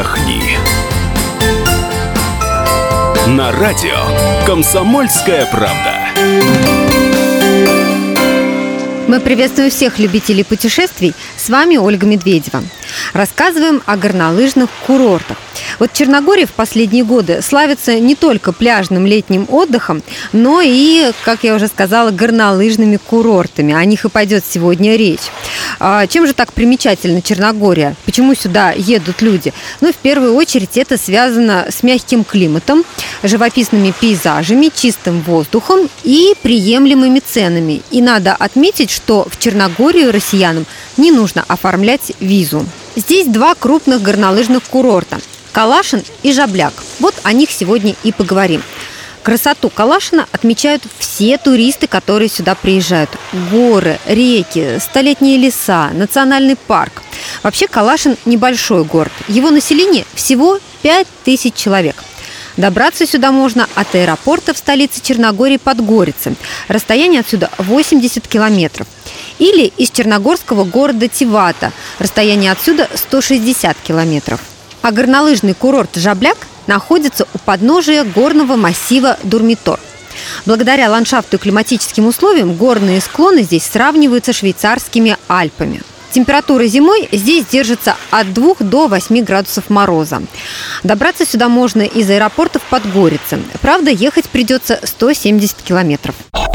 Отдохни. На радио «Комсомольская правда». Мы приветствуем всех любителей путешествий. С вами Ольга Медведева. Рассказываем о горнолыжных курортах. Вот Черногория в последние годы славится не только пляжным летним отдыхом, но и, как я уже сказала, горнолыжными курортами. О них и пойдет сегодня речь. Чем же так примечательна Черногория? Почему сюда едут люди? В первую очередь это связано с мягким климатом, живописными пейзажами, чистым воздухом и приемлемыми ценами. И надо отметить, что в Черногорию россиянам не нужно оформлять визу. Здесь два крупных горнолыжных курорта – Калашин и Жабляк. Вот о них сегодня и поговорим. Красоту Калашина отмечают все туристы, которые сюда приезжают. Горы, реки, столетние леса, национальный парк. Вообще Калашин небольшой город. Его население всего 5000 человек. Добраться сюда можно от аэропорта в столице Черногории Подгорице. Расстояние отсюда 80 километров. Или из черногорского города Тивата. Расстояние отсюда 160 километров. А горнолыжный курорт Жабляк находится у подножия горного массива Дурмитор. Благодаря ландшафту и климатическим условиям горные склоны здесь сравниваются с швейцарскими Альпами. Температура зимой здесь держится от 2 до 8 градусов мороза. Добраться сюда можно из аэропорта в Подгорице. Правда, ехать придется 170 километров.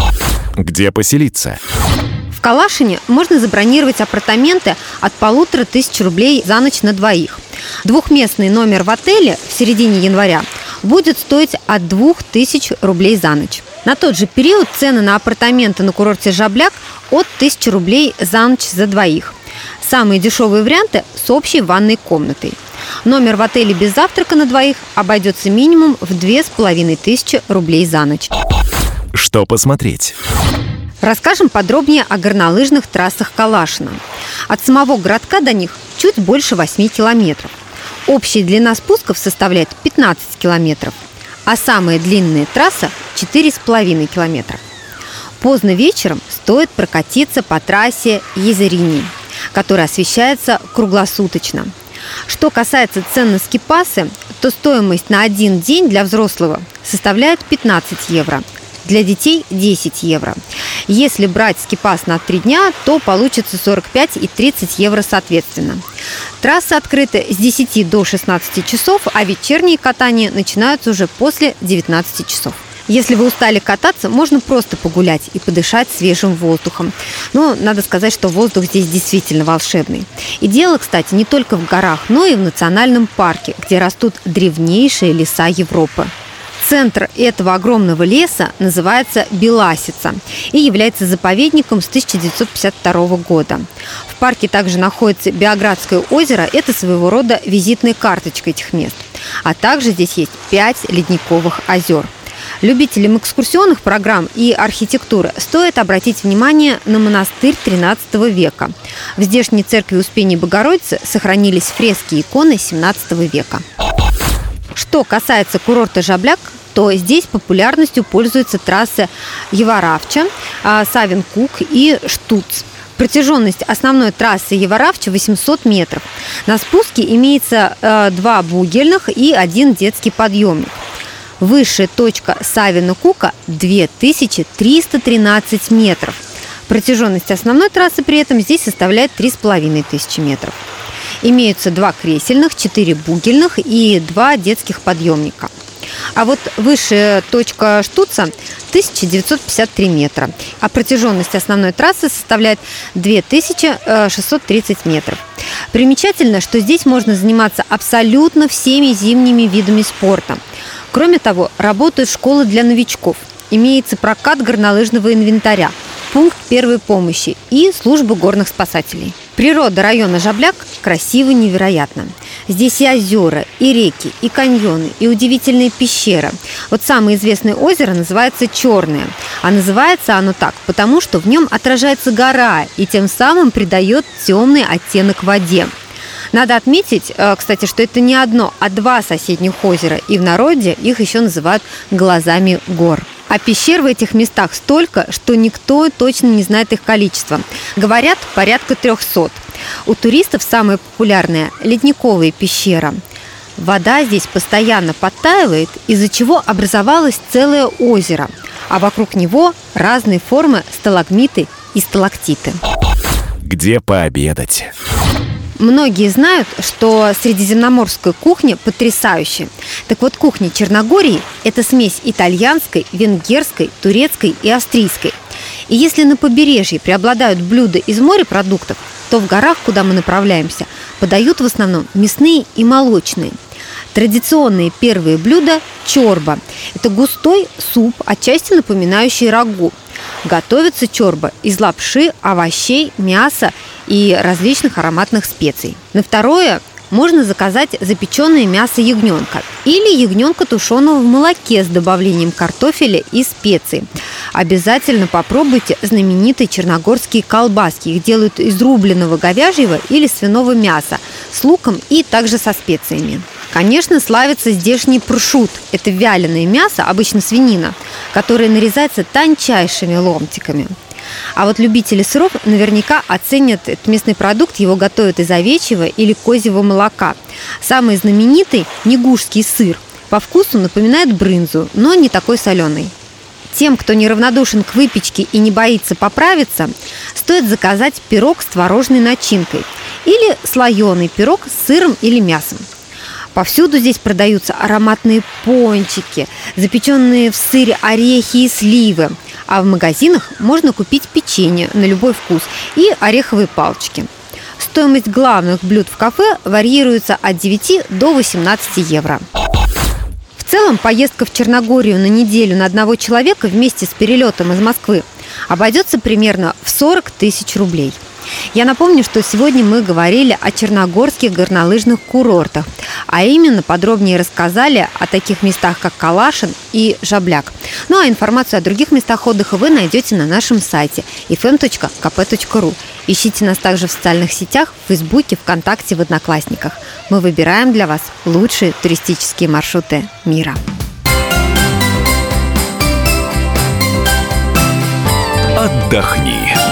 Где поселиться? В Калашине можно забронировать апартаменты от 1500 рублей за ночь на двоих. Двухместный номер в отеле в середине января будет стоить от 2000 рублей за ночь. На тот же период цены на апартаменты на курорте Жабляк от 1000 рублей за ночь за двоих. Самые дешевые варианты с общей ванной комнатой. Номер в отеле без завтрака на двоих обойдется минимум в 2500 рублей за ночь. Что посмотреть? Расскажем подробнее о горнолыжных трассах Калашина. От самого городка до них чуть больше 8 километров. Общая длина спусков составляет 15 километров, а самая длинная трасса – 4,5 километра. Поздно вечером стоит прокатиться по трассе Езерини, которая освещается круглосуточно. Что касается цен на скипасы, то стоимость на один день для взрослого составляет 15 евро, для детей 10 евро. Если брать скипас на 3 дня, то получится 45 и 30 евро соответственно. Трассы открыты с 10 до 16 часов, а вечерние катания начинаются уже после 19 часов. Если вы устали кататься, можно просто погулять и подышать свежим воздухом. Но надо сказать, что воздух здесь действительно волшебный. И дело, кстати, не только в горах, но и в национальном парке, где растут древнейшие леса Европы. Центр этого огромного леса называется Беласица и является заповедником с 1952 года. В парке также находится Биоградское озеро, это своего рода визитная карточка этих мест. А также здесь есть 5 ледниковых озер. Любителям экскурсионных программ и архитектуры стоит обратить внимание на монастырь XIII века. В здешней церкви Успения Богородицы сохранились фрески и иконы XVII века. Что касается курорта Жабляк, то здесь популярностью пользуются трассы Еваравча, Савин-Кук и Штуц. Протяженность основной трассы Еваравча 800 метров. На спуске имеется 2 бугельных и 1 детский подъемник. Высшая точка Савина-Кука 2313 метров. Протяженность основной трассы при этом здесь составляет 3500 метров. Имеются 2 кресельных, 4 бугельных и 2 детских подъемника. А вот высшая точка Штуца 1953 метра, а протяженность основной трассы составляет 2630 метров. Примечательно, что здесь можно заниматься абсолютно всеми зимними видами спорта. Кроме того, работают школы для новичков, имеется прокат горнолыжного инвентаря, пункт первой помощи и служба горных спасателей. Природа района Жабляк красива невероятно. Здесь и озера, и реки, и каньоны, и удивительные пещеры. Вот самое известное озеро называется Черное. А называется оно так, потому что в нем отражается гора и тем самым придает темный оттенок воде. Надо отметить, кстати, что это не одно, а 2 соседних озера, и в народе их еще называют глазами гор. А пещер в этих местах столько, что никто точно не знает их количество. Говорят, порядка 300. У туристов самая популярная – ледниковая пещера. Вода здесь постоянно подтаивает, из-за чего образовалось целое озеро, а вокруг него разные формы сталагмиты и сталактиты. Где пообедать? Многие знают, что средиземноморская кухня потрясающая. Так вот, кухня Черногории – это смесь итальянской, венгерской, турецкой и австрийской. И если на побережье преобладают блюда из морепродуктов, то в горах, куда мы направляемся, подают в основном мясные и молочные. Традиционные первые блюда – чорба. Это густой суп, отчасти напоминающий рагу. Готовится чорба из лапши, овощей, мяса и различных ароматных специй. На второе можно заказать запеченное мясо ягненка или ягненка, тушеного в молоке с добавлением картофеля и специй. Обязательно попробуйте знаменитые черногорские колбаски. Их делают из рубленого говяжьего или свиного мяса с луком и также со специями. Конечно, славится здешний прошут. Это вяленое мясо, обычно свинина, которое нарезается тончайшими ломтиками. А вот любители сыров наверняка оценят этот местный продукт. Его готовят из овечьего или козьего молока. Самый знаменитый – негушский сыр. По вкусу напоминает брынзу, но не такой соленый. Тем, кто неравнодушен к выпечке и не боится поправиться, стоит заказать пирог с творожной начинкой или слоеный пирог с сыром или мясом. Повсюду здесь продаются ароматные пончики, запеченные в сыре орехи и сливы. А в магазинах можно купить печенье на любой вкус и ореховые палочки. Стоимость главных блюд в кафе варьируется от 9 до 18 евро. В целом, поездка в Черногорию на неделю на одного человека вместе с перелетом из Москвы обойдется примерно в 40 тысяч рублей. Я напомню, что сегодня мы говорили о черногорских горнолыжных курортах, а именно подробнее рассказали о таких местах, как Калашин и Жабляк. Ну а информацию о других местах отдыха вы найдете на нашем сайте fm.kp.ru. Ищите нас также в социальных сетях, в Фейсбуке, ВКонтакте, в Одноклассниках. Мы выбираем для вас лучшие туристические маршруты мира. Отдохни.